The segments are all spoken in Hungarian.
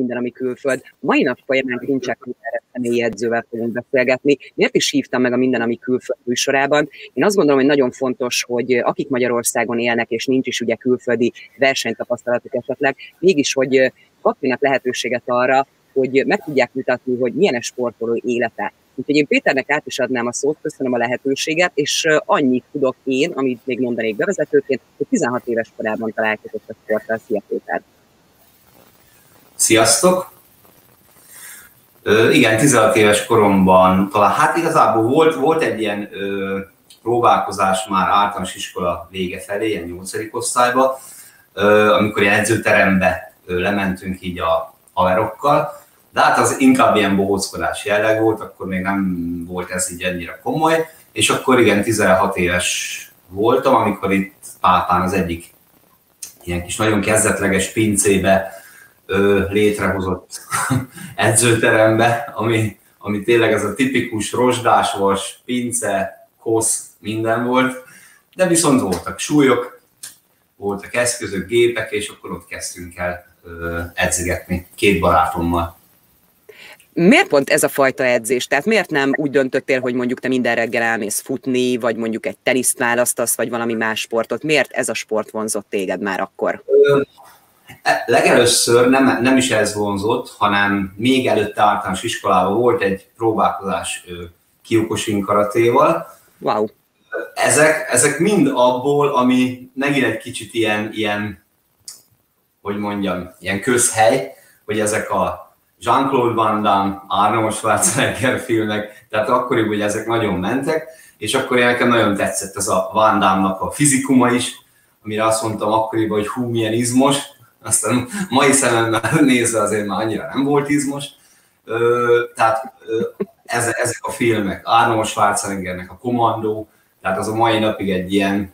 minden, ami külföld. Mai nap folyamán Kincsák személyi edzővel fogunk beszélgetni. Miért is hívtam meg a Minden, ami külföld műsorában? Én azt gondolom, hogy nagyon fontos, hogy akik Magyarországon élnek, és nincs is ugye külföldi versenytapasztalatuk esetleg, mégis, hogy kapjanak lehetőséget arra, hogy meg tudják mutatni, hogy milyen sportoló élete. Úgyhogy én Péternek át is adnám a szót, köszönöm a lehetőséget, és annyit tudok én, amit még mondanék bevezetőként, hogy 16 éves korában találkozott a sporttal. Szia, Péter! Sziasztok! Igen, 16 éves koromban talán, hát igazából volt egy ilyen próbálkozás már általános iskola vége felé, ilyen 8. osztályba, amikor ilyen edzőterembe lementünk így a haverokkal, de hát az inkább ilyen bohóckodás jelleg volt, akkor még nem volt ez így ennyire komoly, és akkor igen, 16 éves voltam, amikor itt Pápán az egyik ilyen kis nagyon kezdetleges pincébe létrehozott edzőterembe, ami tényleg ez a tipikus rozsdásvas, pince, kosz, minden volt, de viszont voltak súlyok, voltak eszközök, gépek, és akkor ott kezdtünk el edzegetni 2 barátommal. Miért pont ez a fajta edzés? Tehát miért nem úgy döntöttél, hogy mondjuk te minden reggel elmész futni, vagy mondjuk egy teniszt választasz, vagy valami más sportot? Miért ez a sport vonzott téged már akkor? Legelőször nem is ez vonzott, hanem még előtte általános iskolában volt egy próbálkozás Kyokushin karatéval. Wow. Ezek mind abból, ami megint egy kicsit ilyen hogy mondjam, ilyen közhely, hogy ezek a Jean-Claude Van Damme, Arnold Schwarzenegger filmek, tehát akkoriban ugye ezek nagyon mentek, és akkor nekem nagyon tetszett ez a Van Damme-nak a fizikuma is, amire azt mondtam akkoriban, hogy hú, milyen izmos, aztán mai szememmel nézve azért már annyira nem volt izmos. Tehát ezek a filmek, Arnold Schwarzeneggernek a Kommandó, tehát az a mai napig egy ilyen,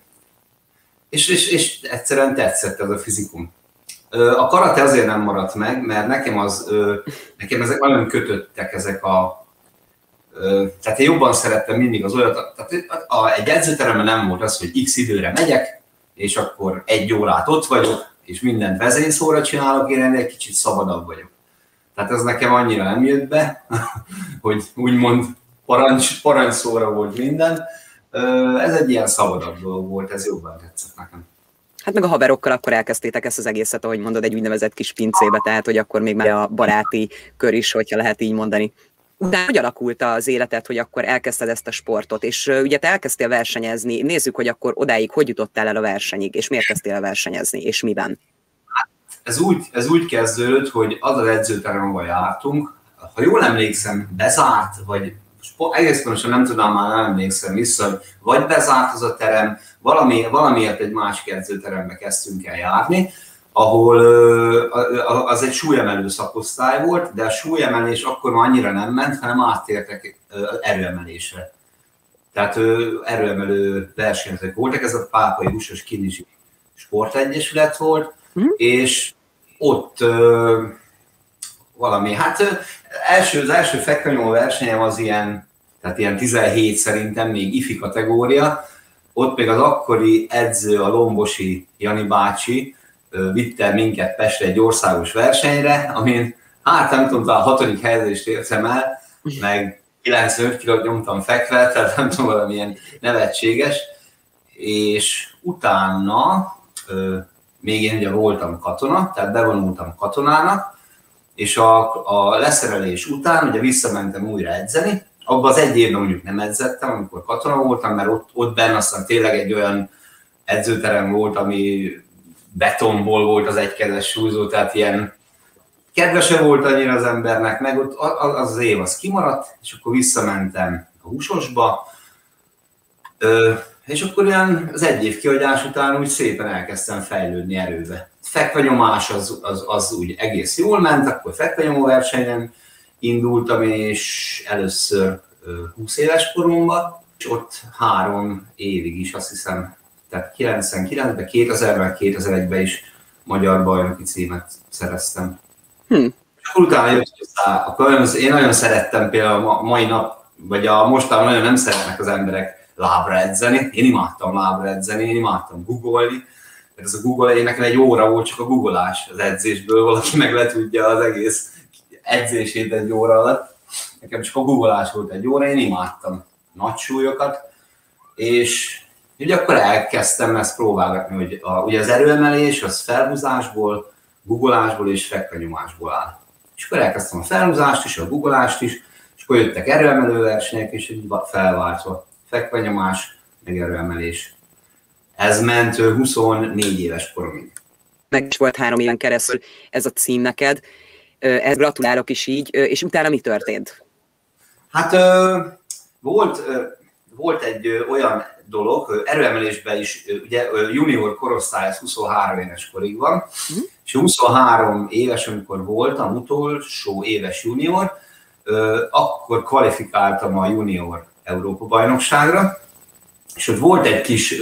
és egyszerűen tetszett ez a fizikum. A karate azért nem maradt meg, mert nekem ezek nagyon kötöttek, ezek tehát én jobban szerettem mindig az olyat, tehát egy edzőteremben nem volt az, hogy x időre megyek, és akkor 1 órát ott vagyok, és mindent vezényszóra csinálok, én egy kicsit szabadabb vagyok. Tehát ez nekem annyira nem jött be, hogy úgymond parancsszóra volt minden. Ez egy ilyen szabadabb dolog volt, ez jobban tetszett nekem. Hát meg a haverokkal akkor elkezdtétek ezt az egészet, ahogy mondod, egy úgynevezett kis pincébe, tehát hogy akkor még már a baráti kör is, hogyha lehet így mondani. De hogy alakult az életed, hogy akkor elkezdted ezt a sportot, és ugye te elkezdtél versenyezni, nézzük, hogy akkor odáig hogy jutottál el a versenyig, és miért kezdtél el versenyezni, és miben? Ez úgy kezdődött, hogy az az edzőterem, ahol jártunk, ha jól emlékszem, bezárt, vagy egész pontosan nem tudom, már nem emlékszem vissza, vagy bezárt az a terem, valamiért egy másik edzőterembe kezdtünk el járni, ahol az egy súlyemelő szakosztály volt, de a súlyemelés akkor már annyira nem ment, hanem áttértek erőemelésre. Tehát erőemelő versenyzők voltak, ez a Pápai Húsos Kinizsi Sportegyesület volt, és ott valami, hát az első fekvenyomó versenyem az ilyen 17 szerintem, még ifi kategória, ott még az akkori edző, a Lombosi Jani bácsi vitte minket Pestre egy országos versenyre, amin hát nem tudom, talán 6. helyezést értem el, meg 95 kilót nyomtam fekve, tehát nem tudom, valamilyen nevetséges, és utána még én ugye voltam katona, tehát bevonultam katonának, és a leszerelés után ugye visszamentem újra edzeni. Abban az 1 évben mondjuk nem edzettem, amikor katona voltam, mert ott benne aztán tényleg egy olyan edzőterem volt, ami betonból volt az egykezes súlyzó, tehát ilyen kedvese volt annyira az embernek, meg ott az év az kimaradt, és akkor visszamentem a Húsosba, és akkor olyan az 1 év kihagyás után úgy szépen elkezdtem fejlődni erőbe. Fekvenyomás az úgy egész jól ment, akkor fekvenyomó versenyen indultam, és először 20 éves koromban, és ott 3 évig is, azt hiszem, tehát 99-ben, 2000-ben, 2001-ben is magyar bajnoki címet szereztem. És akkor utána jött hozzá, akkor én nagyon szerettem például a mai nap, vagy a mostában nagyon nem szeretnek az emberek lábra edzeni. Én imádtam lábra edzeni, én imádtam googolni, ez a Google, én nekem egy óra volt csak a googolás az edzésből, valaki meg letudja az egész edzését egy óra alatt. Nekem csak a googolás volt egy óra, én imádtam nagy súlyokat, és ugye akkor elkezdtem ezt próbálgatni, hogy ugye az erőemelés az felhúzásból, googolásból és fekvenyomásból áll. És akkor elkezdtem a felhúzást is, a googolást is, és akkor jöttek erőemelő versenyek, és így felváltva fekvenyomás, meg erőemelés. Ez ment 24 éves koromig. Meg is volt 3 éven keresztül ez a cím neked. Ezt gratulálok is így, és utána mi történt? Hát volt egy olyan dolog, erőemelésben is, ugye junior korosztály, ez 23 éves korig van, és 23 éves, amikor voltam utolsó éves junior, akkor kvalifikáltam a junior Európa-bajnokságra, és ott volt egy kis,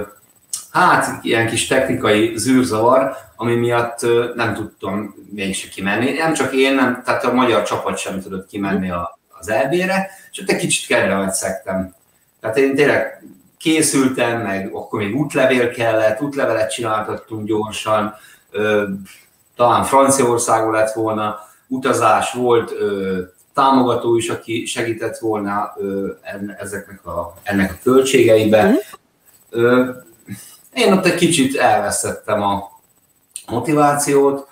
ilyen kis technikai zűrzavar, ami miatt nem tudtam mégse kimenni. Nem csak én, nem, tehát a magyar csapat sem tudott kimenni az EB-re, és ott egy kicsit kedvemet szektem. Tehát én tényleg készültem, meg akkor még útlevél kellett, útlevelet csináltattunk gyorsan, talán Franciaországban lett volna, utazás volt, támogató is, aki segített volna ennek a költségeiben. Én ott egy kicsit elvesztettem a motivációt,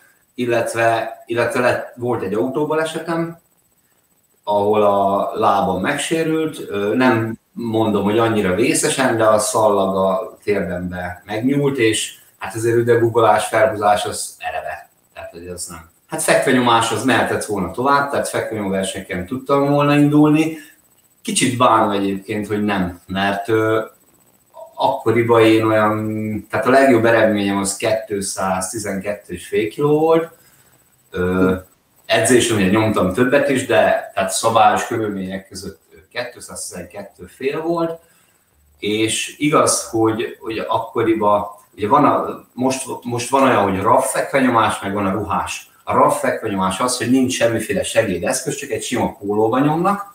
illetve volt egy autóbalesetem, ahol a lábam megsérült, nem mondom, hogy annyira vészesen, de a szallag a térdembe megnyúlt, és hát azért ugye googolás, felhúzás az eleve, tehát hogy az nem. Hát fekvenyomás az mehetett volna tovább, tehát fekvenyomversenyeken tudtam volna indulni. Kicsit bánom egyébként, hogy nem, mert akkoriban én olyan, tehát a legjobb eredményem az 212,5 kg volt. Edzésem, ugye nyomtam többet is, de tehát szabályos körülmények között 212,5 volt, és igaz, hogy akkoriban, ugye most van olyan, hogy RAF fekvenyomás, meg van a ruhás. A RAF fekvenyomás az, hogy nincs semmiféle segédeszköz, csak egy sima pólóba nyomnak.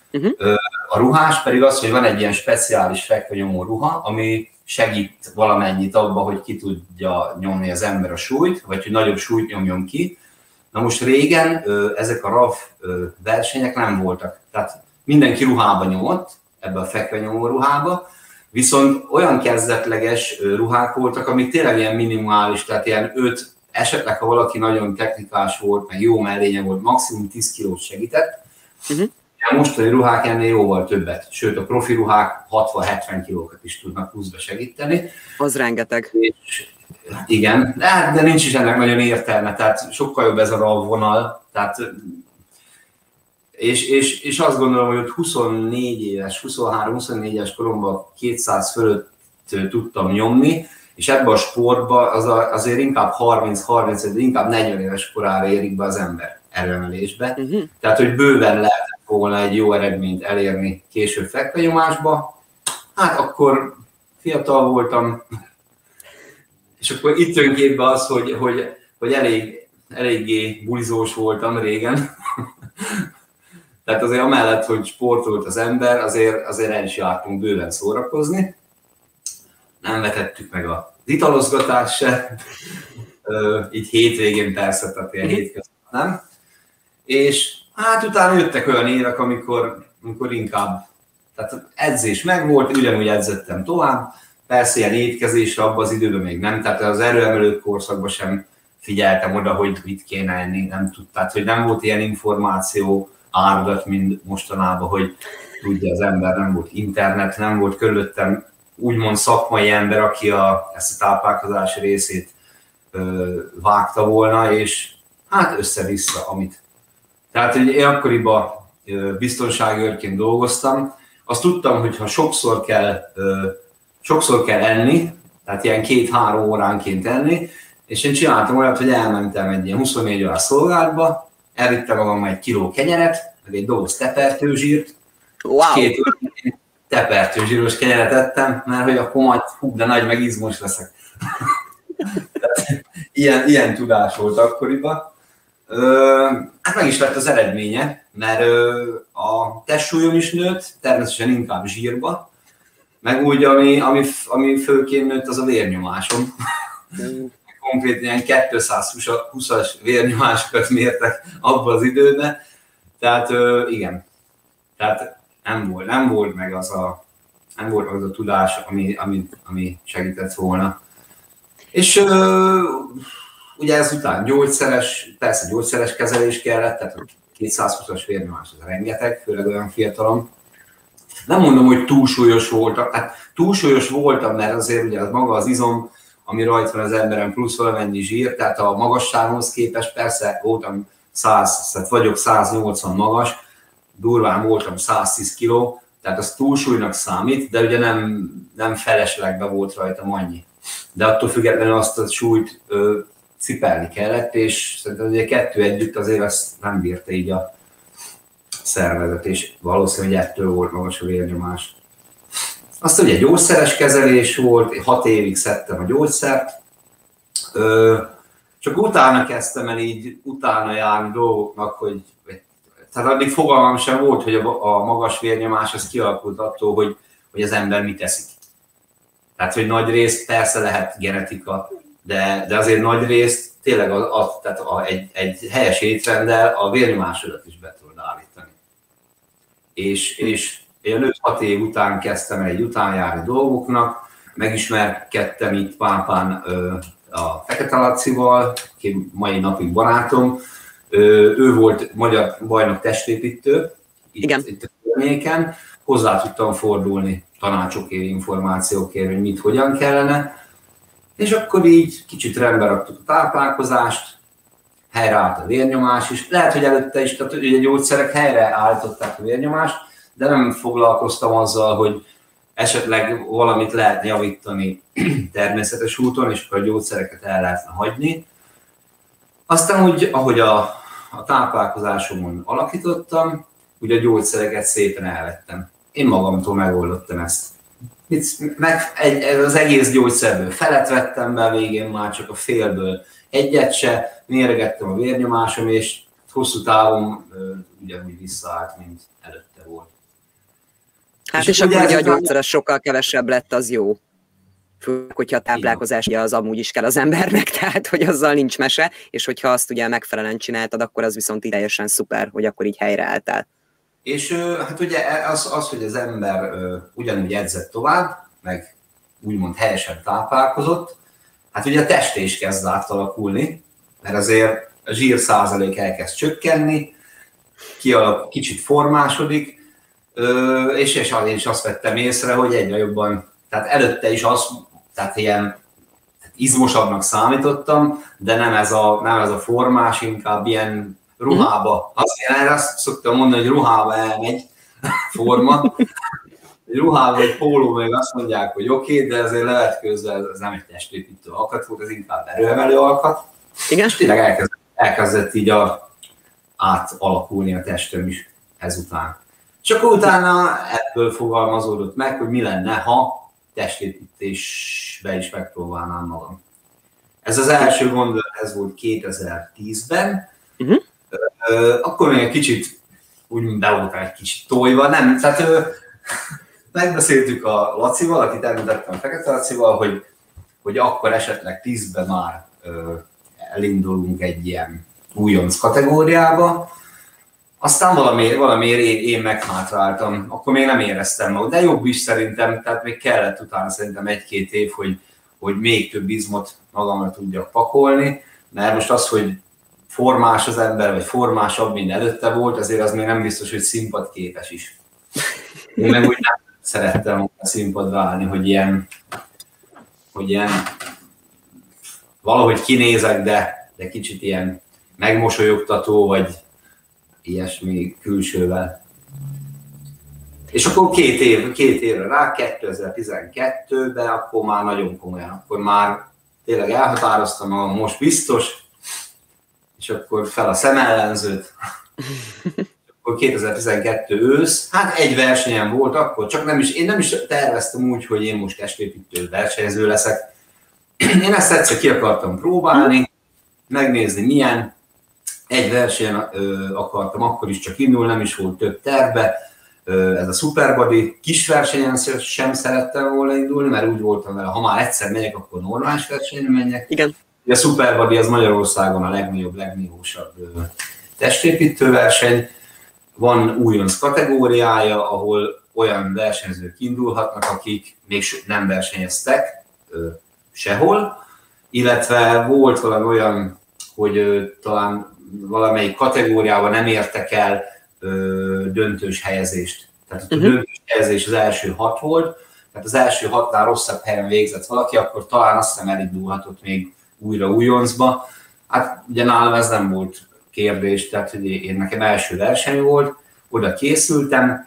A ruhás pedig az, hogy van egy ilyen speciális fekvenyomó ruha, ami segít valamennyit abba, hogy ki tudja nyomni az ember a súlyt, vagy hogy nagyobb súlyt nyomjon ki. Na most régen ezek a RAF versenyek nem voltak. Tehát mindenki ruhába nyomott, ebbe a fekvenyomó ruhába, viszont olyan kezdetleges ruhák voltak, amik tényleg ilyen minimális, tehát ilyen 5, esetleg ha valaki nagyon technikás volt, meg jó mellénye volt, maximum 10 kilót segített. A mostani ruhák ennél jóval többet, sőt a profi ruhák 60-70 kilókat is tudnak pluszba segíteni. Az rengeteg. És, igen, de nincs is ennek nagyon értelme, tehát sokkal jobb ez a RAV vonal, tehát és azt gondolom, hogy 24 éves, 23-24 éves koromban 200 fölött tudtam nyomni, és ebbe a sportba azért inkább 30-35, inkább 40 éves korára érik be az ember erőemelésbe. Tehát, hogy bőven lehetett volna egy jó eredményt elérni később fekvenyomásba. Hát akkor fiatal voltam, és akkor itt jön képbe az, hogy eléggé bulizós voltam régen. Tehát azért amellett, hogy sportolt az ember, azért el is jártunk bőven szórakozni. Nem vetettük meg az italozgatást se, így hétvégén persze, tehát ilyen hétköznap nem. És hát utána jöttek olyan évek, amikor inkább, tehát edzés megvolt, ugyanúgy edzettem tovább, persze ilyen étkezésre abban az időben még nem, tehát az erőemelő korszakban sem figyeltem oda, hogy mit kéne enni, nem tudtam, tehát hogy nem volt ilyen információ áradat, mint mostanában, hogy tudja az ember, nem volt internet, nem volt körülöttem úgymond szakmai ember, aki ezt a táplálkozási részét vágta volna, és hát össze-vissza, amit. Tehát, hogy én akkoriban biztonsági őrként dolgoztam, azt tudtam, hogy ha sokszor kell enni, tehát ilyen 2-3 óránként enni, és én csináltam olyat, hogy elmentem egy ilyen 24 órás szolgálatba, elvittem magam egy kiló kenyeret, meg egy doboz tepertőzsírt, wow. 2 tepertőzsíros kenyeret ettem, mert hogy akkor majd de nagy meg izmos leszek. ilyen tudás volt akkoriban. Hát meg is lett az eredménye, mert a testsúlyom is nőtt, természetesen inkább zsírba, meg úgy, ami főként nőtt, az a vérnyomásom. Konkrétan ilyen 220-as vérnyomásokat mértek abban az időben. Tehát igen, tehát nem volt meg az a tudás, ami segített volna. És ugye ezután gyógyszeres kezelés kellett, tehát 220-as vérnyomás az rengeteg, főleg olyan fiatalon. Nem mondom, hogy túlsúlyos voltam, hát túlsúlyos voltam, mert azért ugye az maga az izom, ami rajta van az emberen, plusz valamennyi zsír, tehát a magassághoz képest persze voltam tehát vagyok 180 magas, durván voltam 110 kg, tehát az túlsúlynak számít, de ugye nem feleslegbe volt rajtam annyi. De attól függetlenül azt a súlyt cipelni kellett, és szerintem ugye kettő együtt azért azt nem bírta így a szervezet, és valószínűleg ettől volt magas a vérnyomás. Azt ugye gyógyszeres kezelés volt, 6 évig szedtem a gyógyszert, csak utána kezdtem el így utána járni dolgoknak, tehát addig fogalmam sem volt, hogy a magas vérnyomás az kialakult attól, hogy az ember mit eszik. Tehát, hogy nagy részt persze lehet genetika, de azért nagy részt tényleg egy helyes étrenddel a vérnyomásodat is be tudod állítani. És én 5-6 év után kezdtem el egy utánjárni dolgoknak, megismerkedtem itt Pápán a Fekete Lacival, aki mai napig barátom. Ő volt magyar bajnok testépítő itt a környéken. Hozzá tudtam fordulni tanácsokért, információkért, hogy mit, hogyan kellene. És akkor így kicsit rendbe raktuk a táplálkozást, helyreállt a vérnyomás is. Lehet, hogy előtte is, tehát ugye a gyógyszerek helyreállították a vérnyomást, de nem foglalkoztam azzal, hogy esetleg valamit lehetne javítani természetes úton, és akkor a gyógyszereket el lehetne hagyni. Aztán úgy, ahogy a táplálkozásomon alakítottam, ugye a gyógyszereket szépen elvettem. Én magamtól megoldottam ezt. Az egész gyógyszerből felet vettem be, végén már csak a félből egyet se, méregettem a vérnyomásom, és hosszú távon ugyanúgy visszaállt, mint előtte volt. Hát és akkor ugye a gyógyszeres sokkal kevesebb lett, az jó. Főleg, hogyha a táplálkozás ugye az amúgy is kell az embernek, tehát hogy azzal nincs mese, és hogyha azt ugye megfelelően csináltad, akkor az viszont teljesen szuper, hogy akkor így helyreálltál. És hát ugye az, hogy az ember ugyanúgy edzett tovább, meg úgymond helyesen táplálkozott, hát ugye a teste is kezd átalakulni, mert azért a zsír százalék elkezd csökkenni, kicsit formásodik, és azt vettem észre, hogy egyre jobban, tehát előtte is tehát ilyen izmosabbnak számítottam, de nem ez a formás, inkább ilyen ruhába. Azt szoktam mondani, hogy ruhába elmegy forma. Egy ruhába, egy póló, még azt mondják, hogy oké, de azért levetkőzve ez nem egy testépítő alkat volt, ez inkább erőemelő alkat. Igen. És tényleg elkezdett így átalakulni a testem is ezután. És akkor utána ebből fogalmazódott meg, hogy mi lenne, ha testépítésbe is megpróbálnám magam. Ez az első gondolat, ez volt 2010-ben. Akkor még egy kicsit úgy be voltam egy kicsit tojva, nem, tehát megbeszéltük a Lacival, akit említettem, a Fekete Lacival, hogy akkor esetleg 10-ben már elindulunk egy ilyen újonc kategóriába. Aztán valamiért én meghátráltam, akkor még nem éreztem magam, de jobb is szerintem, tehát még kellett utána szerintem 1-2 év, hogy még több izmot magamra tudjak pakolni, mert most az, hogy formás az ember, vagy formásabb, mint előtte volt, azért az még nem biztos, hogy színpadképes is. Én meg úgy nem szerettem a színpadra állni, hogy ilyen valahogy kinézek, de kicsit ilyen megmosolyogtató, vagy ilyesmi külsővel. És akkor 2 évre rá, 2012-ben, akkor már nagyon komolyan, akkor már tényleg elhatároztam magam, most biztos, és akkor fel a szemellenzőt. Akkor 2012 ősz, hát egy versenyen volt akkor, csak én nem is terveztem úgy, hogy én most testépítő versenyző leszek. Én ezt egyszer ki akartam próbálni, megnézni milyen. Egy versenyen akartam akkor is csak indulni, nem is volt több terve. ez a Superbody. Kis versenyen sem szerettem volna indulni, mert úgy voltam vele, ha már egyszer megyek, akkor normális versenyen menjek. Igen. A Superbody az Magyarországon a legnagyobb, legnívósabb testépítő verseny. Van újonc kategóriája, ahol olyan versenyzők indulhatnak, akik még nem versenyeztek sehol, illetve volt valami olyan, hogy talán valamelyik kategóriában nem értek el döntős helyezést. Tehát a döntős helyezés az első 6 volt, tehát az első 6-nál rosszabb helyen végzett valaki, akkor talán azt hiszem elindulhatott még újra újoncba. Hát ugye nálam ez nem volt kérdés, tehát hogy én nekem első verseny volt, oda készültem,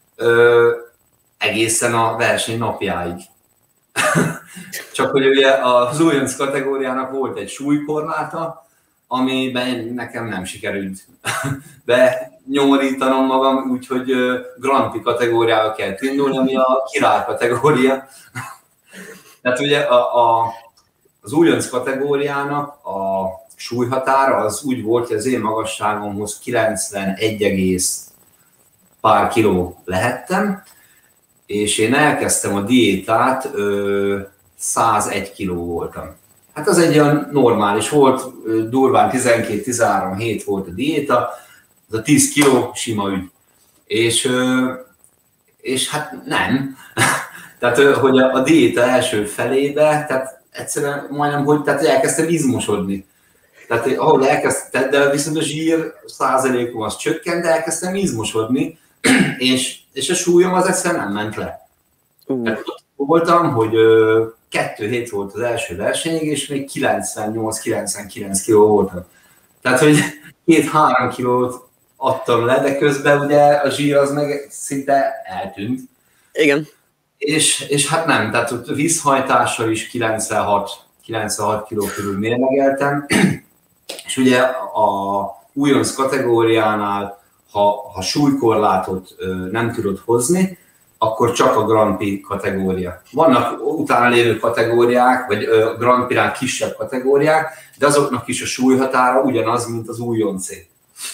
egészen a verseny napjáig. Csak hogy ugye az újonc kategóriának volt egy súlykorláta, amiben nekem nem sikerült benyomorítanom magam, úgyhogy Grand Prix kategóriába kell indulni, ami a király kategória. Tehát ugye az újonc kategóriának a súlyhatára az úgy volt, hogy az én magasságomhoz 91, pár kiló lehettem, és én elkezdtem a diétát, 101 kiló voltam. Hát az egy olyan normális volt, durván 12-13 hét volt a diéta, az a 10 kiló sima ügy. És hát nem. Tehát, hogy a diéta első felébe, tehát egyszerűen majdnem, hogy tehát elkezdtem izmosodni. Tehát ahol elkezdtem, de viszont a zsír százalékom az csökkent, de elkezdtem izmosodni, és a súlyom az egyszerűen nem ment le. Voltam, hogy 2 hét volt az első versenyig, és még 98-99 kiló voltam. Tehát, hogy 2-3 kilót adtam le, de közben ugye a zsír az meg szinte eltűnt. Igen. És hát nem, tehát ott vízhajtással is 96 kiló körül mérlegeltem, és ugye a újonc kategóriánál, ha súlykorlátot nem tudod hozni, akkor csak a Grand Prix kategória. Vannak utána lévő kategóriák, vagy Grand Prix-nál kisebb kategóriák, de azoknak is a súlyhatára ugyanaz, mint az újoncé.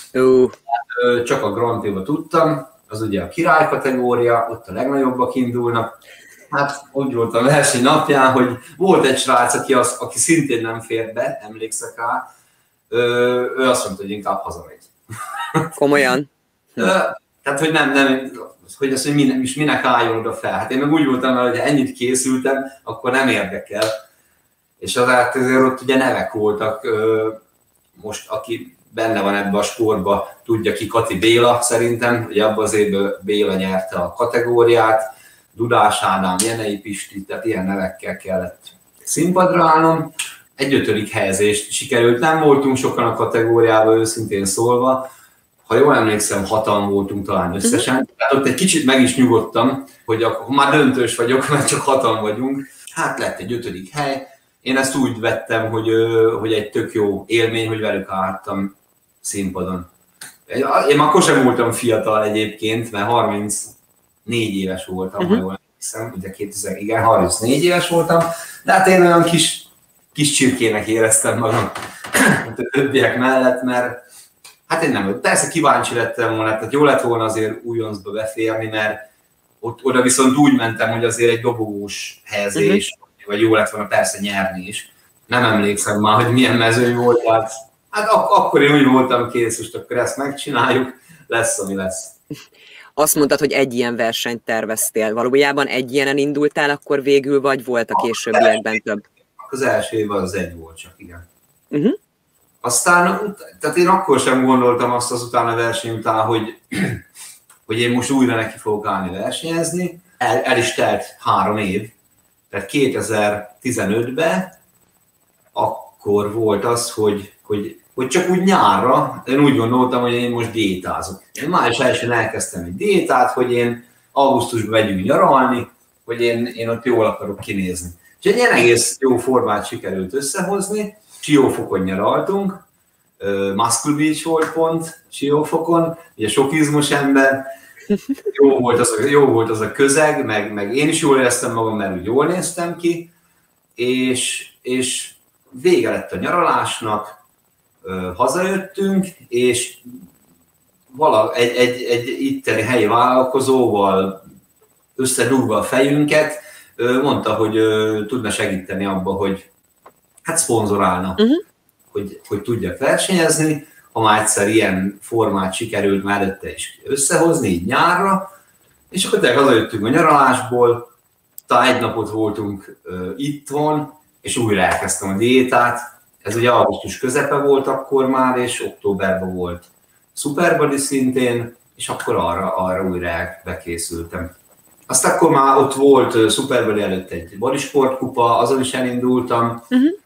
Csak a Grand Prix-ba tudtam, az ugye a király kategória, ott a legnagyobbak indulnak. Hát úgy volt a verseny napján, hogy volt egy srác, aki szintén nem fért be, emlékszek rá, ő azt mondta, hogy inkább hazamegy. Komolyan? Tehát, hogy nem, hogy azt, hogy minek álljon oda fel. Hát én meg úgy voltam, hogy ha ennyit készültem, akkor nem érdekel. És azért ott ugye nevek voltak, most aki benne van ebbe a sportba, tudja ki, Kati Béla szerintem, ugye abban az évben Béla nyerte a kategóriát, Dudás Ádám, Jenei Pisti, tehát ilyen nevekkel kellett színpadra állnom. Egy 5. helyezést sikerült, nem voltunk sokan a kategóriában, őszintén szólva, ha jól emlékszem, 6-an voltunk talán összesen. Tehát ott egy kicsit meg is nyugodtam, hogy akkor már döntős vagyok, mert csak 6-an vagyunk. Hát lett egy 5. hely. Én ezt úgy vettem, hogy egy tök jó élmény, hogy velük álltam színpadon. Én akkor sem voltam fiatal egyébként, mert 34 éves voltam, ha jól emlékszem, ugye 34 éves voltam, de hát én olyan kis csirkének éreztem magam a többiek mellett, mert hát én nem, persze kíváncsi lettem volna, tehát jó lett volna azért újoncba beférni, mert oda viszont úgy mentem, hogy azért egy dobogós helyezés, vagy jó lett volna persze nyerni is. Nem emlékszem már, hogy milyen mezőny volt, hát akkor én úgy voltam kész, most akkor ezt megcsináljuk, lesz, ami lesz. Azt mondtad, hogy egy ilyen versenyt terveztél. Valójában egy ilyenen indultál akkor végül, vagy volt a későbbiekben több? Az első évben az egy volt csak, igen. Aztán, tehát én akkor sem gondoltam azt azután a verseny után, hogy én most újra neki fogok állni versenyezni. El is telt 3 év. Tehát 2015-ben akkor volt az, hogy csak úgy nyárra, én úgy gondoltam, hogy én most diétázok. Én május 1-én elkezdtem egy diétát, hogy én augusztusban megyünk nyaralni, hogy én ott jól akarok kinézni. És egy ilyen egész jó formát sikerült összehozni. Siófokon nyaraltunk, Muscle Beach volt pont Siófokon, ugye sok izmos ember, jó volt az a közeg, meg én is jól éreztem magam, mert úgy jól néztem ki, és vége lett a nyaralásnak, hazajöttünk, és egy itteni helyi vállalkozóval összedugva a fejünket, mondta, hogy tudna segíteni abba, hogy hát szponzorálna, hogy tudjak versenyezni, ha már egyszer ilyen formát sikerült már előtte is összehozni, így nyárra, és akkor tényleg hazajöttünk a nyaralásból, talán egy napot voltunk itthon, és újra elkezdtem a diétát. Ez ugye augusztus közepe volt akkor már, és októberben volt Superbody szintén, és akkor arra újra bekészültem. Azt akkor már ott volt Superbody előtt egy Bodysport kupa, azon is elindultam,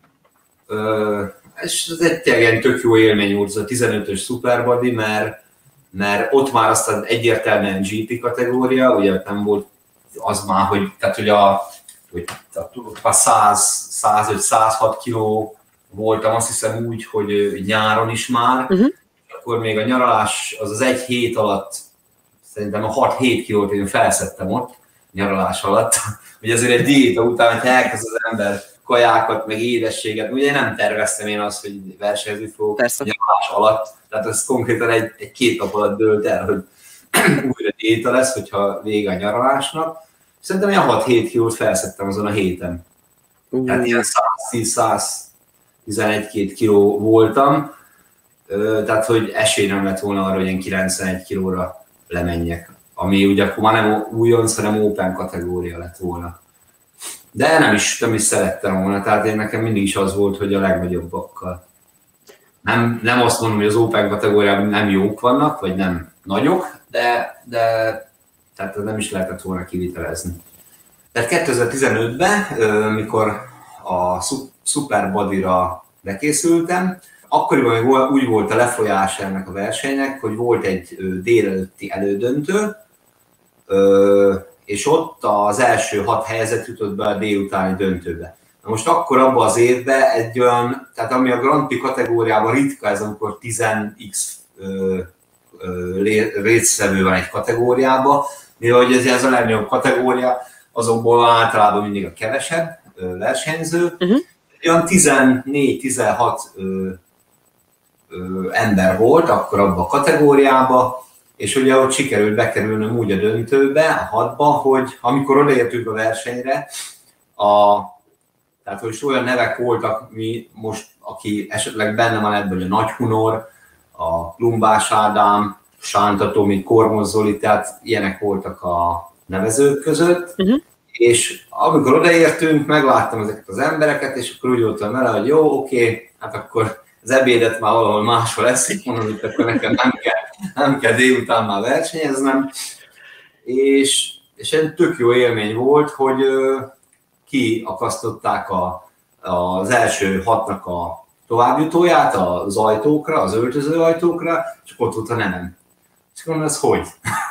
és ez egy tök jó élmény volt, ez a 15-ös Superbody, mert ott már aztán egyértelműen GP kategória, ugye nem volt az már, hogy, tehát, hogy a 105-106 kiló voltam, azt hiszem úgy, hogy nyáron is már, akkor még a nyaralás az egy hét alatt, szerintem a 6-7 kilót én felszedtem ott, nyaralás alatt, hogy azért egy diéta után, hogy elkezd az ember kajákat, meg édességet, ugye nem terveztem én azt, hogy versenyezni fogok nyaralás alatt, tehát ez konkrétan egy-két nap alatt dőlt el, hogy újra diéta lesz, hogyha vége a nyaralásnak. Szerintem ilyen 6-7 kilót felszedtem azon a héten. Tehát ilyen 110-111 kiló voltam, tehát hogy esély nem lett volna arra, hogy ilyen 91 kilóra lemenjek, ami ugye akkor már nem újonc, hanem open kategória lett volna. De nem is szerettem volna, tehát én nekem mindig is az volt, hogy a legnagyobbakkal. Nem azt mondom, hogy az open kategóriában nem jók vannak, vagy nem nagyok, de tehát nem is lehetett volna kivitelezni. Tehát 2015-ben, mikor a Superbody-ra bekészültem, akkoriban még úgy volt a lefolyás ennek a versenynek, hogy volt egy délelőtti elődöntő, és ott az első 6 helyezett jutott be a délutáni döntőbe. Na most akkor abban az évben egy olyan, tehát ami a Grand Prix kategóriában ritka, ez amikor 10x résztvevő van egy kategóriában, mivel hogy ez a legnagyobb kategória, azokból általában mindig a kevesebb versenyző. Olyan 14-16 ember volt akkor abban a kategóriában, és ugye ott sikerült bekerülnöm úgy a döntőbe, a 6-ba, hogy amikor odaértünk a versenyre, tehát hogy olyan nevek voltak, mi most, aki esetleg benne van ebből, a Nagy Hunor, a Lumbás Ádám, Sánta Tomi, Kormos Zoli, tehát ilyenek voltak a nevezők között, és amikor odaértünk, megláttam ezeket az embereket, és akkor úgy voltam vele, hogy jó, oké, hát akkor az ebédet már valahol máshol eszik, mondom, hogy akkor nekem nem kell délután már versenyeznem, és egy tök jó élmény volt, hogy kiakasztották az első 6-nak a továbbjutóját az ajtókra, az öltözőajtókra, csak ott volt a nevem. És akkor mondom, ez hogy?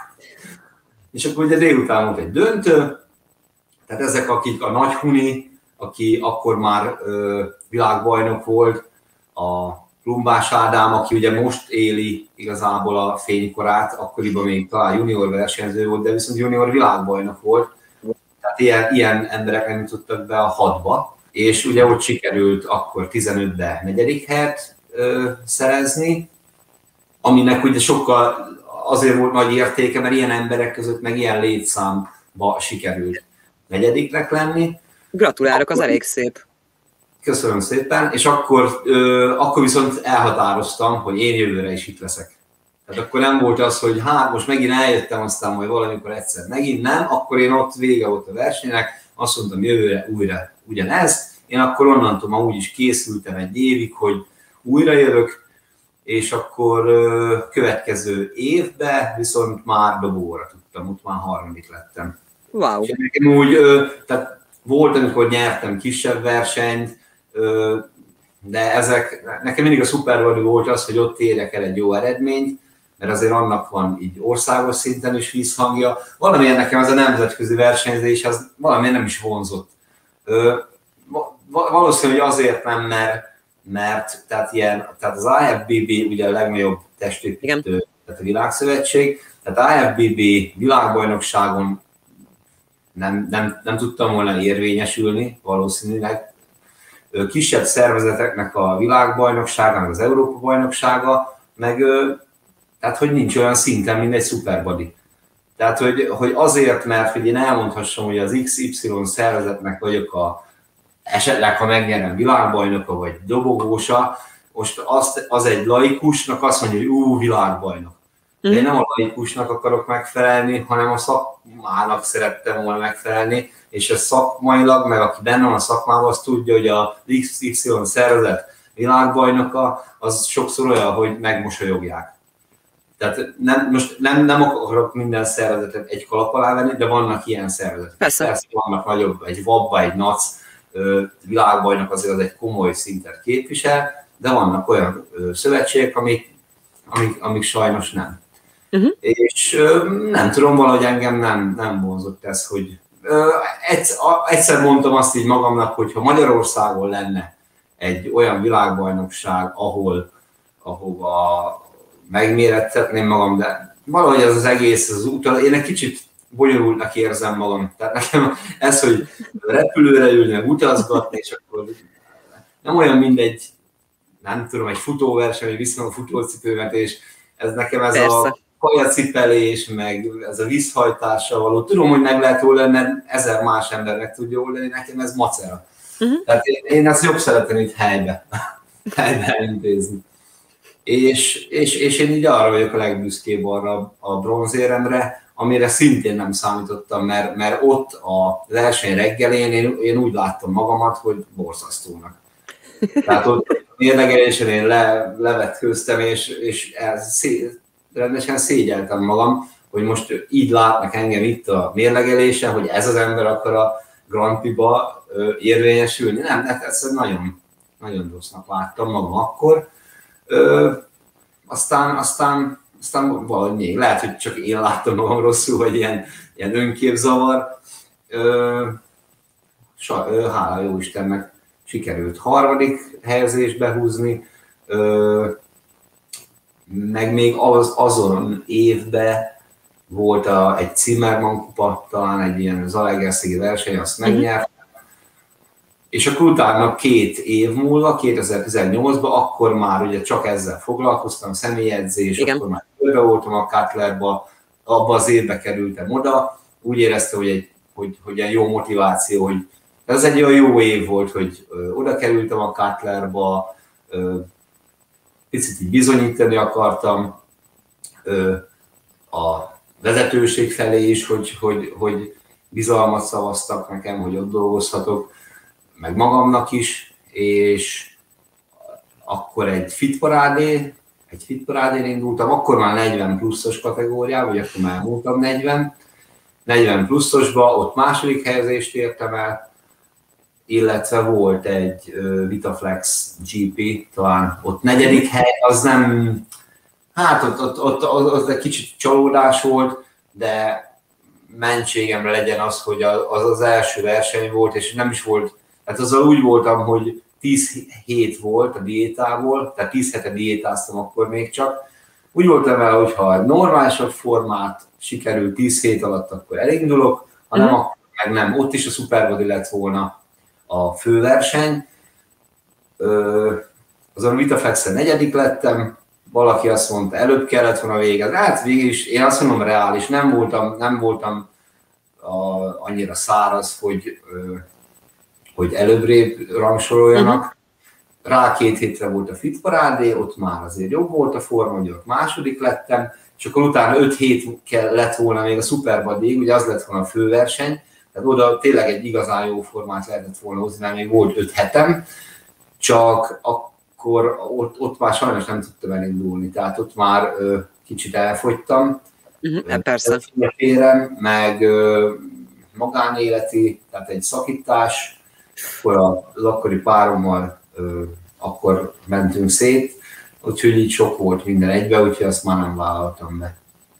És akkor ugye délután volt egy döntő, tehát ezek, akik a Nagy Huni, aki akkor már világbajnok volt, a Lumbás Ádám, aki ugye most éli igazából a fénykorát, akkoriban még talán junior versenyző volt, de viszont junior világbajnok volt. Tehát ilyen emberek nem jutottak be a 6-ba, és ugye ott sikerült akkor 15-be 4. helyet szerezni, aminek ugye sokkal azért volt nagy értéke, mert ilyen emberek között meg ilyen létszámba sikerült 4. lenni. Gratulálok, az elég szép. Köszönöm szépen, és akkor viszont elhatároztam, hogy én jövőre is itt leszek. Tehát akkor nem volt az, hogy hát most megint eljöttem, aztán majd valamikor egyszer megint nem, akkor én ott vége volt a versenynek, azt mondtam jövőre újra ugyanez. Én akkor onnantól már úgy is készültem egy évig, hogy újra jövök, és akkor következő évben viszont már dobóra tudtam, ott már 3. lettem. Wow. És nekem úgy, tehát volt, amikor nyertem kisebb versenyt, de nekem mindig a Superbody volt az, hogy ott érjek el egy jó eredményt, mert azért annak van így országos szinten is visszhangja. Valamilyen nekem ez a nemzetközi versenyzés, az valamilyen nem is vonzott. Valószínűleg azért nem, mert tehát az IFBB ugye a legnagyobb testépítő, tehát a világszövetség, tehát IFBB világbajnokságon nem tudtam volna érvényesülni valószínűleg. Kisebb szervezeteknek a világbajnoksága, meg az Európa-bajnoksága, meg Tehát, hogy nincs olyan szinten, mint egy Superbody. Tehát, hogy azért, mert hogy én elmondhassam, hogy az XY szervezetnek vagyok esetleg, ha megnyerem világbajnoka, vagy dobogósa, most az egy laikusnak azt mondja, hogy világbajnok. De én nem a laikusnak akarok megfelelni, hanem a szakmának szerettem volna megfelelni, és ez szakmailag, meg aki benne van a szakmában, az tudja, hogy a XY szervezet világbajnoka, az sokszor olyan, hogy megmosolyogják. Tehát nem akarok minden szervezetet egy kalap alá venni, de vannak ilyen szervezetek. Persze vannak nagyobb, egy VAB, egy NAC világbajnok azért az egy komoly szintet képvisel, de vannak olyan szövetségek, amik sajnos nem. És nem tudom, valahogy engem nem vonzott ez, hogy egyszer mondtam azt így magamnak, hogy ha Magyarországon lenne egy olyan világbajnokság, ahova megmérettetném magam, de valahogy ez az egész, az út, én egy kicsit bonyolultnak érzem magam. Tehát nekem ez, hogy repülőre ülni, meg utazgatni, és akkor nem olyan mindegy, nem tudom, egy futóverseny, vagy viszont a futócipőmet, és ez nekem ez persze. A kajacipelés, meg ez a vízhajtással való. Tudom, hogy meg lehet oldani, mert 1000 más ember meg tudja oldani, nekem ez macera. Tehát én ezt jobb szeretem itt helybe intézni. És én így arra vagyok a legbüszkébb arra a bronzéremre, amire szintén nem számítottam, mert ott a verseny reggelén én úgy láttam magamat, hogy borzasztónak. Tehát ott mérlegelésen én levetkőztem, és rendesen szégyeltem magam, hogy most így látnak engem itt a mérlegelésen, hogy ez az ember akar a Grand Prix-ba érvényesülni. Nem, ezt nagyon, nagyon rossznak láttam magam akkor. Aztán valahogy még lehet, hogy csak én láttam magam rosszul, vagy ilyen önképzavar. Hála jó Istennek sikerült 3. helyezésbe húzni, meg még azon évben volt egy Zimmermann kupa, talán egy ilyen zalaegerszegi verseny, azt megnyert. És akkor utána 2 év múlva, 2018-ban, akkor már ugye csak ezzel foglalkoztam, személyedzés, akkor már körbe voltam a Cutlerba, abban az évben kerültem oda, úgy éreztem, hogy egy jó motiváció, hogy ez egy olyan jó év volt, hogy oda kerültem a Cutlerba, picit így bizonyítani akartam a vezetőség felé is, hogy bizalmat szavaztak nekem, hogy ott dolgozhatok, meg magamnak is, és akkor egy fitparádén indultam, akkor már 40 pluszos kategóriában, vagy akkor már elmúltam 40 pluszosba, ott 2. helyezést értem el, illetve volt egy Vitaflex GP, talán ott 4. hely, az nem, hát ott egy kicsit csalódás volt, de mentségemre legyen az, hogy az első verseny volt, és nem is volt, hát azzal úgy voltam, hogy 10 hét volt a diétából, tehát 10 hete diétáztam akkor még csak. Úgy voltam vele, hogy ha egy normálisabb formát sikerül 10 hét alatt, akkor elindulok, ha nem, akkor meg nem. Ott is a Superbody lett volna a főverseny. Azon Vitaflexen 4. lettem, valaki azt mondta, előbb kellett volna végezni. Hát végül is, én azt mondom reális, nem voltam annyira száraz, hogy előbbrébb rangsoroljanak. Rá 2 hétre volt a fitparádé, ott már azért jobb volt a forma, hogy ott 2. lettem, és akkor utána 5 hét lett volna még a Superbodyig, ugye az lett volna a főverseny, tehát oda tényleg egy igazán jó formát lehetett volna hozni, mert még volt 5 hetem, csak akkor ott már sajnos nem tudtam elindulni, tehát ott már kicsit elfogytam. Persze. Meg magánéleti, tehát egy szakítás, akkor az akkori párommal akkor mentünk szét, úgyhogy így sok volt minden egybe, úgyhogy azt már nem vállaltam be.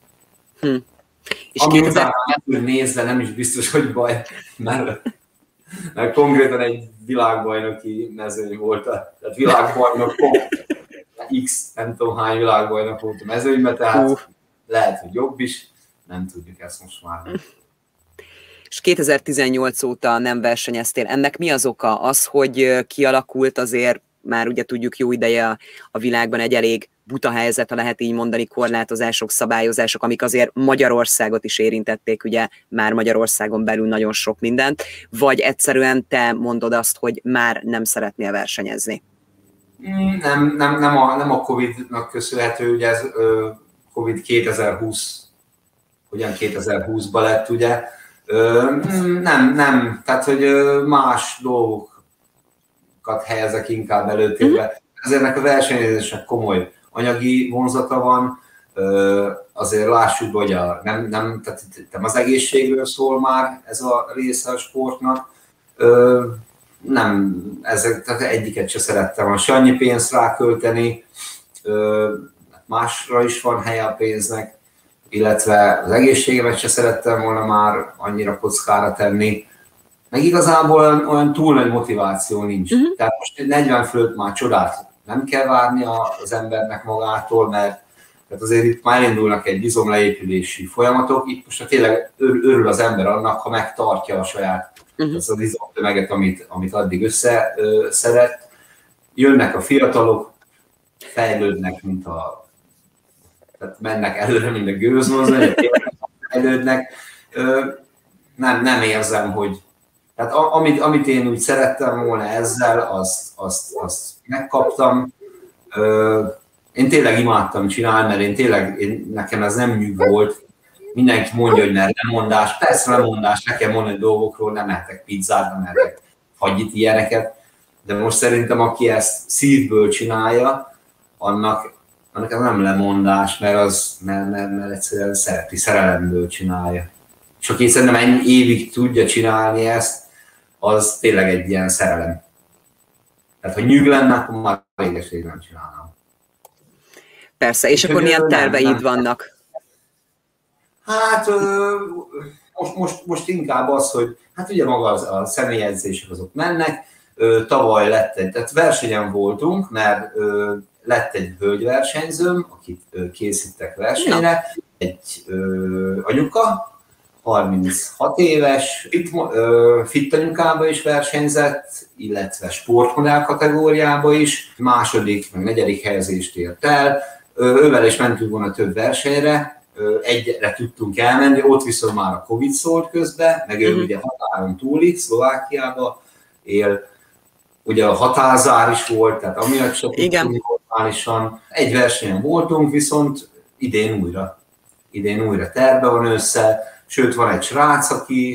És ami utána nézve nem is biztos, hogy baj, mert konkrétan egy világbajnoki mezőny volt, tehát világbajnok X, nem tudom hány világbajnok volt a mezőnyben, tehát lehet, hogy jobb is, nem tudjuk ezt most már. És 2018 óta nem versenyeztél. Ennek mi az oka? Az, hogy kialakult azért már ugye tudjuk jó ideje a világban egy elég buta helyzet, ha lehet így mondani, korlátozások, szabályozások, amik azért Magyarországot is érintették, ugye már Magyarországon belül nagyon sok mindent, vagy egyszerűen te mondod azt, hogy már nem szeretnél versenyezni? Nem a Covid-nak köszönhető, ugye ez Covid 2020, ugyan 2020-ban lett, ugye. Nem, tehát hogy más dolgokat helyezek inkább előtérbe. Ezért a versenyzésnek komoly anyagi vonzata van, azért lássuk, hogy nem az egészségről szól már ez a része a sportnak. Nem, tehát egyiket se szerettem volna se annyi pénzt rákölteni, másra is van helye a pénznek, illetve az egészségemet se szerettem volna már annyira kockára tenni, meg igazából olyan túl nagy motiváció nincs. Tehát most 40 fölött már csodát nem kell várni az embernek magától, mert azért itt már elindulnak egy izomleépülési folyamatok, itt most tényleg örül az ember annak, ha megtartja a saját az izomtömeget, amit addig összeszedett. Jönnek a fiatalok, fejlődnek, tehát mennek előre, mint a gőzmozdony, fejlődnek. Nem érzem, hogy... Tehát amit én úgy szerettem volna ezzel, azt megkaptam. Én tényleg imádtam csinálni, mert nekem ez nem mű volt. Mindenki mondja, hogy lemondás. Persze lemondás, nekem mondani dolgokról, nem ehetek pizzát, nem ehetek fagyit, ilyeneket. De most szerintem, aki ezt szívből csinálja, annak ez nem lemondás, mert egyszerűen szereti, szerelemből csinálja. És aki szerintem ennyi évig tudja csinálni ezt, az tényleg egy ilyen szerelem. Tehát, ha nyűg lenne, akkor már réges-rég nem csinálnám. Persze, és akkor milyen terveid vannak? Hát most inkább az, hogy hát ugye maga a személyedzések azok mennek. Tavaly tehát versenyen voltunk, mert lett egy hölgyversenyzőm, akit készítettek versenyre, egy anyuka, 36 éves, fit anyukába is versenyzett, illetve sportmodell kategóriába is, második, meg negyedik helyezést ért el. Ővel is mentünk volna több versenyre, egyre tudtunk elmenni, ott viszont már a Covid szólt közbe, meg ő ugye határon túli, Szlovákiába él, ugye a határzár is volt, tehát amiatt sem tudtunk normálisan. Egy versenyen voltunk, viszont idén újra terve van össze, sőt van egy srác,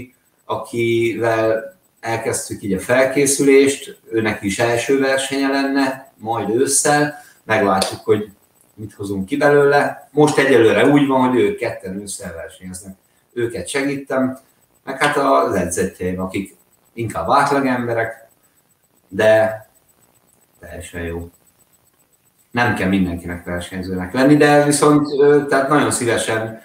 akivel elkezdtük így a felkészülést, őnek is első versenye lenne, majd ősszel, meglátjuk, hogy mit hozunk ki belőle. Most egyelőre úgy van, hogy ők ketten ősszel versenyeznek. Őket segítem, meg hát az edzetjeim, akik inkább átlag emberek, de teljesen jó. Nem kell mindenkinek versenyzőnek lenni, de viszont tehát nagyon szívesen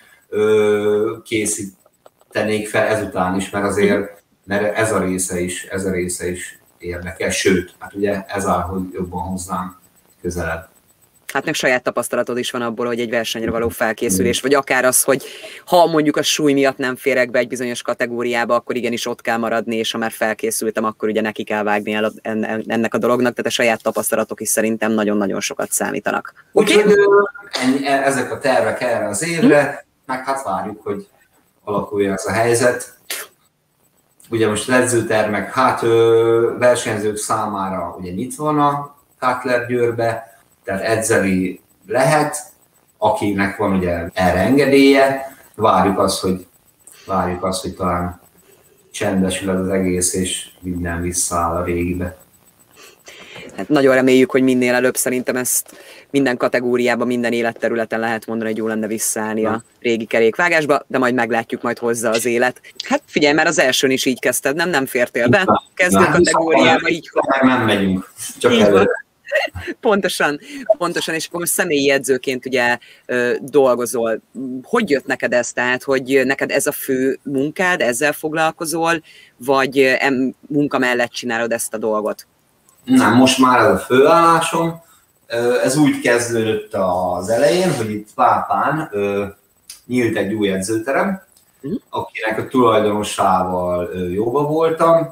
készítenék fel ezután is, mert azért mert ez a része is érdekel, sőt, hát ugye ez áll, hogy jobban hozzám közelebb. Hát meg saját tapasztalatod is van abból, hogy egy versenyre való felkészülés, vagy akár az, hogy ha mondjuk a súly miatt nem férek be egy bizonyos kategóriába, akkor igenis ott kell maradni, és ha már felkészültem, akkor ugye neki kell vágni el ennek a dolognak, tehát a saját tapasztalatok is szerintem nagyon-nagyon sokat számítanak. Úgyhogy ezek a tervek erre az évre, meg hát várjuk, hogy alakuljon ez a helyzet. Ugye most az edzőtermek, hát versenyzők számára ugye nyitva van a Cutler-Győrbe, tehát edzeni lehet, akinek van ugye erre engedélye, várjuk azt, hogy talán csendesül az egész, és minden visszaáll a régibe. Hát nagyon reméljük, hogy minél előbb, szerintem ezt minden kategóriában, minden életterületen lehet mondani, hogy jó lenne visszaállni a régi kerékvágásba, de majd meglátjuk, majd hozza az élet. Hát figyelj, már az elsőn is így kezdted, nem fértél be? Kezdő kategóriába így. Nem megyünk, csak előre. Pontosan, és akkor most személyi edzőként ugye dolgozol. Hogy jött neked ez? Tehát, hogy neked ez a fő munkád, ezzel foglalkozol, vagy munka mellett csinálod ezt a dolgot? Nem, most már ez a főállásom. Ez úgy kezdődött az elején, hogy itt Pápán nyílt egy új edzőterem, akinek a tulajdonosával jóba voltam,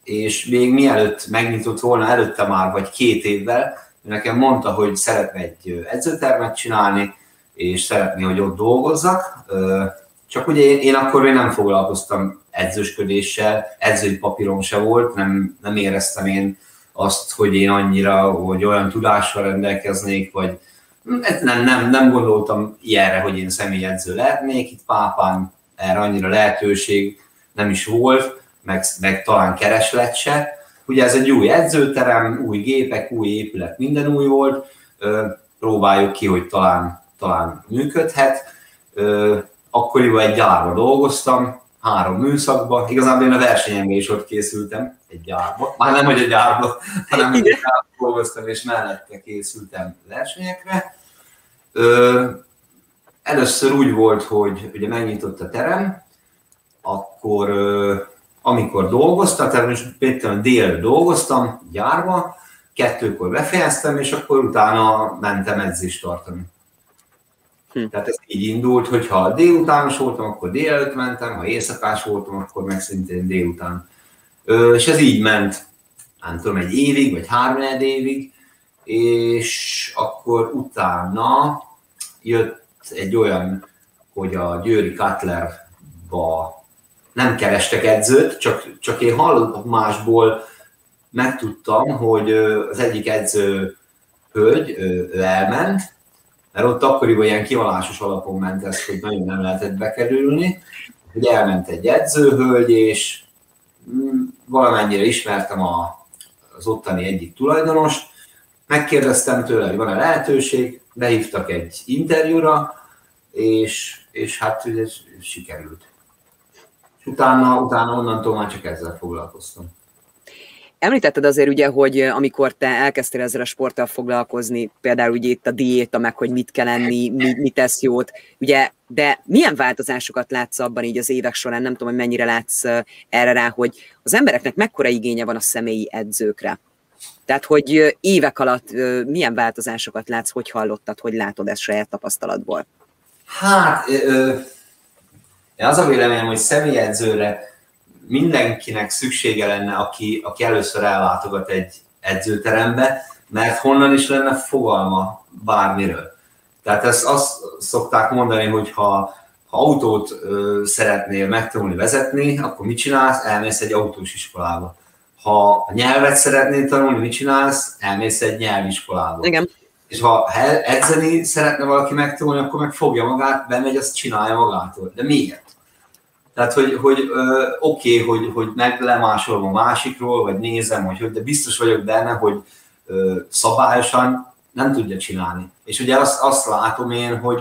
és még mielőtt megnyitott volna, előtte már vagy 2 évvel, nekem mondta, hogy szeretne egy edzőtermet csinálni, és szeretné, hogy ott dolgozzak. Csak ugye én akkor még nem foglalkoztam edzősködéssel, edzői papírom se volt, nem éreztem én azt, hogy én annyira, hogy olyan tudással rendelkeznék, vagy nem gondoltam ilyenre, hogy én személyedző lehetnék. Itt Pápán erre annyira lehetőség nem is volt, meg talán kereslet se. Ugye ez egy új edzőterem, új gépek, új épület, minden új volt. Próbáljuk ki, hogy talán működhet. Akkoriban egy gyárba dolgoztam, 3 műszakban. Igazából én a versenyemben is ott készültem, egy gyárba. Már nem, hogy egy gyárba, hanem egy gyárba dolgoztam, és mellette készültem versenyekre. Először úgy volt, hogy ugye megnyitott a terem, akkor amikor dolgoztam, tehát most például délre dolgoztam gyárba, 2-kor befejeztem, és akkor utána mentem edzést tartani. Tehát ez így indult, hogy ha délutános voltam, akkor délelőtt mentem, ha éjszakás voltam, akkor meg szintén délután. És ez így ment, nem tudom, 1 évig, vagy 3 évig, és akkor utána jött egy olyan, hogy a győri Cutlerba nem kerestek edzőt, csak én hallottam másból, megtudtam, hogy az egyik edző hölgy, ő elment, mert ott akkoriban ilyen kivalásos alapon ment ez, hogy nagyon nem lehetett bekerülni, hogy elment egy edzőhölgy, és valamennyire ismertem az ottani egyik tulajdonost, megkérdeztem tőle, hogy van-e lehetőség, behívtak egy interjúra, és hát ugye sikerült. Utána onnantól már csak ezzel foglalkoztam. Említetted azért ugye, hogy amikor te elkezdtél ezzel a sporttal foglalkozni, például ugye itt a diéta, meg hogy mit kell enni, mi tesz jót, ugye, de milyen változásokat látsz abban így az évek során, nem tudom, hogy mennyire látsz erre rá, hogy az embereknek mekkora igénye van a személyi edzőkre? Tehát, hogy évek alatt milyen változásokat látsz, hogy hallottad, hogy látod ezt saját tapasztalatból? Hát, az a véleményem, hogy személyedzőre mindenkinek szüksége lenne, aki először ellátogat egy edzőterembe, mert honnan is lenne fogalma bármiről. Tehát azt szokták mondani, hogy ha autót szeretnél megtanulni vezetni, akkor mit csinálsz? Elmész egy autós iskolába. Ha nyelvet szeretnél tanulni, mit csinálsz? Elmész egy nyelviskolába. Igen. És ha edzeni szeretne valaki megtanulni, akkor meg fogja magát, bemegy, azt csinálja magától. De miért? Tehát, hogy oké, hogy meglemásolom a másikról, vagy nézem, de biztos vagyok benne, hogy szabályosan nem tudja csinálni. És ugye azt látom én, hogy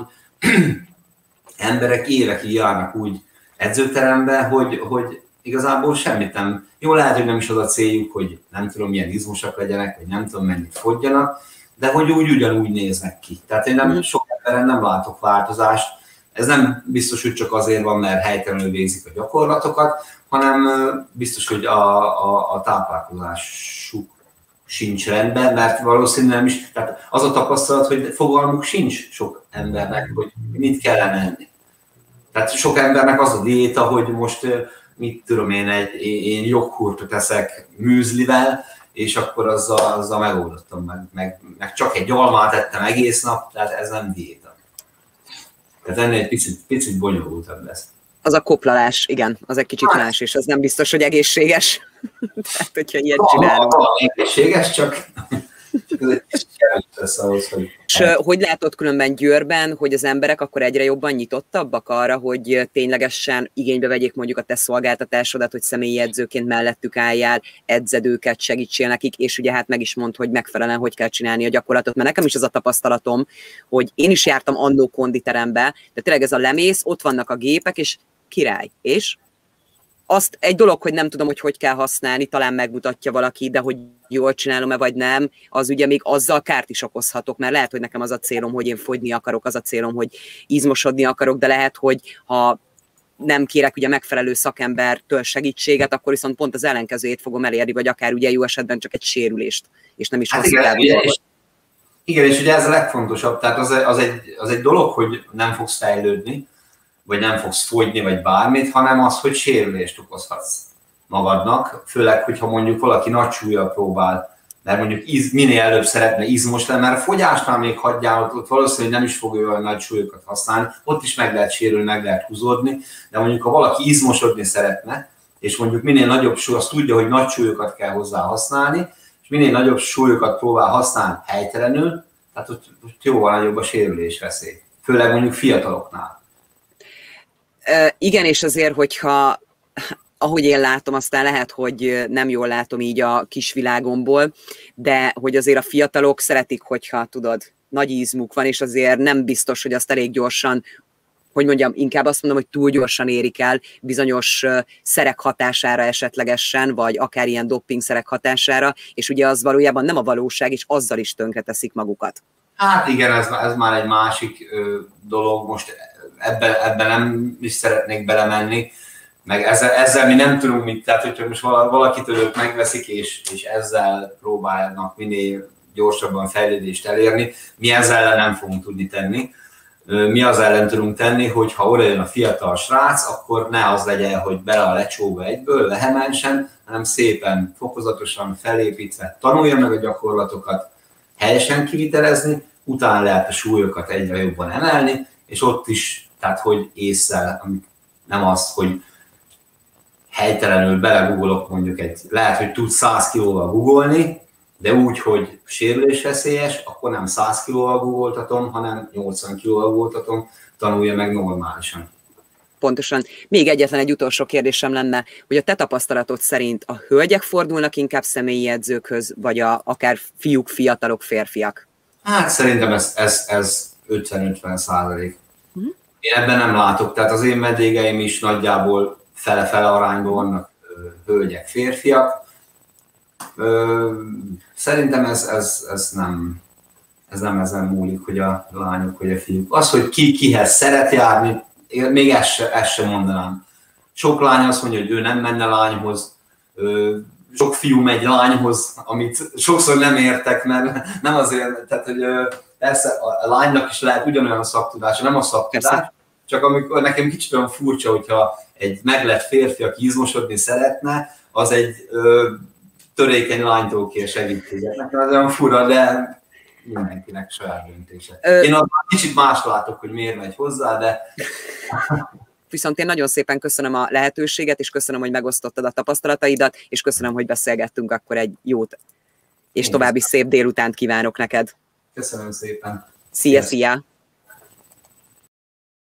emberek évekig járnak úgy edzőterembe, hogy igazából semmit nem. Jó, lehet, hogy nem is az a céljuk, hogy nem tudom, milyen izmosak legyenek, vagy nem tudom, mennyit fogyjanak, de hogy ugyanúgy néznek ki. Tehát én sok emberen nem látok változást. Ez nem biztos, hogy csak azért van, mert helytelenül végzik a gyakorlatokat, hanem biztos, hogy a táplálkozásuk sincs rendben, mert valószínűleg nem is, tehát az a tapasztalat, hogy fogalmuk sincs sok embernek, hogy mit kellene enni. Tehát sok embernek az a diéta, hogy most mit tudom én joghurtot eszek műzlivel, és akkor azzal megoldottam, meg csak egy almát ettem egész nap, tehát ez nem diéta. Tehát ennél egy picit bonyolultabb lesz. Az a koplalás, igen, az egy kicsit más, és az nem biztos, hogy egészséges. Tehát, hogyha ilyet csinálunk. Egészséges, csak ez egy kicsit lesz ahhoz, hogy... És hogy látod különben Győrben, hogy az emberek akkor egyre jobban nyitottabbak arra, hogy ténylegesen igénybe vegyék mondjuk a te szolgáltatásodat, hogy személyi edzőként mellettük álljál, edzed őket, segítsél nekik, és ugye hát meg is mondd, hogy megfelelően hogy kell csinálni a gyakorlatot, mert nekem is az a tapasztalatom, hogy én is jártam annó konditerembe, de tényleg ez a lemész, ott vannak a gépek, és király, és azt egy dolog, hogy nem tudom, hogy kell használni, talán megmutatja valaki, de hogy jól csinálom-e vagy nem, az ugye még azzal kárt is okozhatok, mert lehet, hogy nekem az a célom, hogy én fogyni akarok, az a célom, hogy izmosodni akarok, de lehet, hogy ha nem kérek ugye megfelelő szakembertől segítséget, akkor viszont pont az ellenkezőjét fogom elérni, vagy akár ugye jó esetben csak egy sérülést, és nem is hosszú távú dolgot. Igen, és ugye ez a legfontosabb, tehát az egy dolog, hogy nem fogsz fejlődni, vagy nem fogsz fogyni, vagy bármit, hanem az, hogy sérülést okozhatsz. magadnak, főleg, hogyha mondjuk valaki nagy súllyal próbál, mert mondjuk minél előbb szeretne izmos lenni, mert a fogyásnál még hagyjál, ott valószínűleg nem is fog olyan nagy súlyokat használni, ott is meg lehet sérülni, meg lehet húzódni, de mondjuk ha valaki izmosodni szeretne, és mondjuk minél nagyobb súly, azt tudja, hogy nagy súlyokat kell hozzá használni, és minél nagyobb súlyokat próbál használni helytelenül, tehát ott jóval nagyobb a sérülés veszély, főleg mondjuk fiataloknál. Igen, és azért, hogyha ahogy én látom, aztán lehet, hogy nem jól látom így a kis világomból, de hogy azért a fiatalok szeretik, hogyha tudod, nagy izmuk van, és azért nem biztos, hogy azt elég gyorsan, hogy mondjam, inkább azt mondom, hogy túl gyorsan érik el bizonyos szerek hatására esetlegesen, vagy akár ilyen doppingszerek hatására, és ugye az valójában nem a valóság, és azzal is tönkreteszik magukat. Hát igen, ez már egy másik dolog, most ebben nem is szeretnék belemenni, meg ezzel mi nem tudunk mit, tehát hogyha most valakitől ők megveszik, és ezzel próbálnak minél gyorsabban fejlődést elérni, mi ezzel nem fogunk tudni tenni. Mi az ellen tudunk tenni, hogy ha oda jön a fiatal srác, akkor ne az legyen, hogy bele a lecsóba egyből, vehemensen, hanem szépen, fokozatosan felépítve tanulja meg a gyakorlatokat, helyesen kivitelezni, utána lehet a súlyokat egyre jobban emelni, és ott is, tehát hogy ésszel, nem az, hogy helytelenül belegugolok mondjuk lehet, hogy tud 100 kilóval googolni, de úgy, hogy sérülésveszélyes, akkor nem 100 kilóval googoltatom, hanem 80 kilóval googoltatom, tanulja meg normálisan. Pontosan. Még egyetlen egy utolsó kérdésem lenne, hogy a te tapasztalatod szerint a hölgyek fordulnak inkább személyi edzőkhöz, vagy akár fiúk, fiatalok, férfiak? Hát szerintem ez 50-50%. Én ebben nem látok, tehát az én vendégeim is nagyjából fele-fele arányban vannak hölgyek, férfiak. Szerintem ez nem ezen múlik, hogy a lányok vagy a fiúk. Az, hogy ki kihez szeret járni, még ezt sem mondanám. Sok lány azt mondja, hogy ő nem menne lányhoz, sok fiú megy lányhoz, amit sokszor nem értek, mert nem azért, tehát hogy persze a lánynak is lehet ugyanolyan szaktudása, nem a szaktudás, csak amikor nekem kicsit olyan furcsa, hogyha egy meglett férfi, aki izmosodni szeretne, az egy törékeny lánytól kér segítséget. Nekem az olyan fura, de mindenkinek saját döntése. Én azon kicsit más látok, hogy miért megy hozzá, de... Viszont én nagyon szépen köszönöm a lehetőséget, és köszönöm, hogy megosztottad a tapasztalataidat, és köszönöm, hogy beszélgettünk akkor egy jót, és további szép délutánt kívánok neked. Köszönöm szépen. Szia, szia!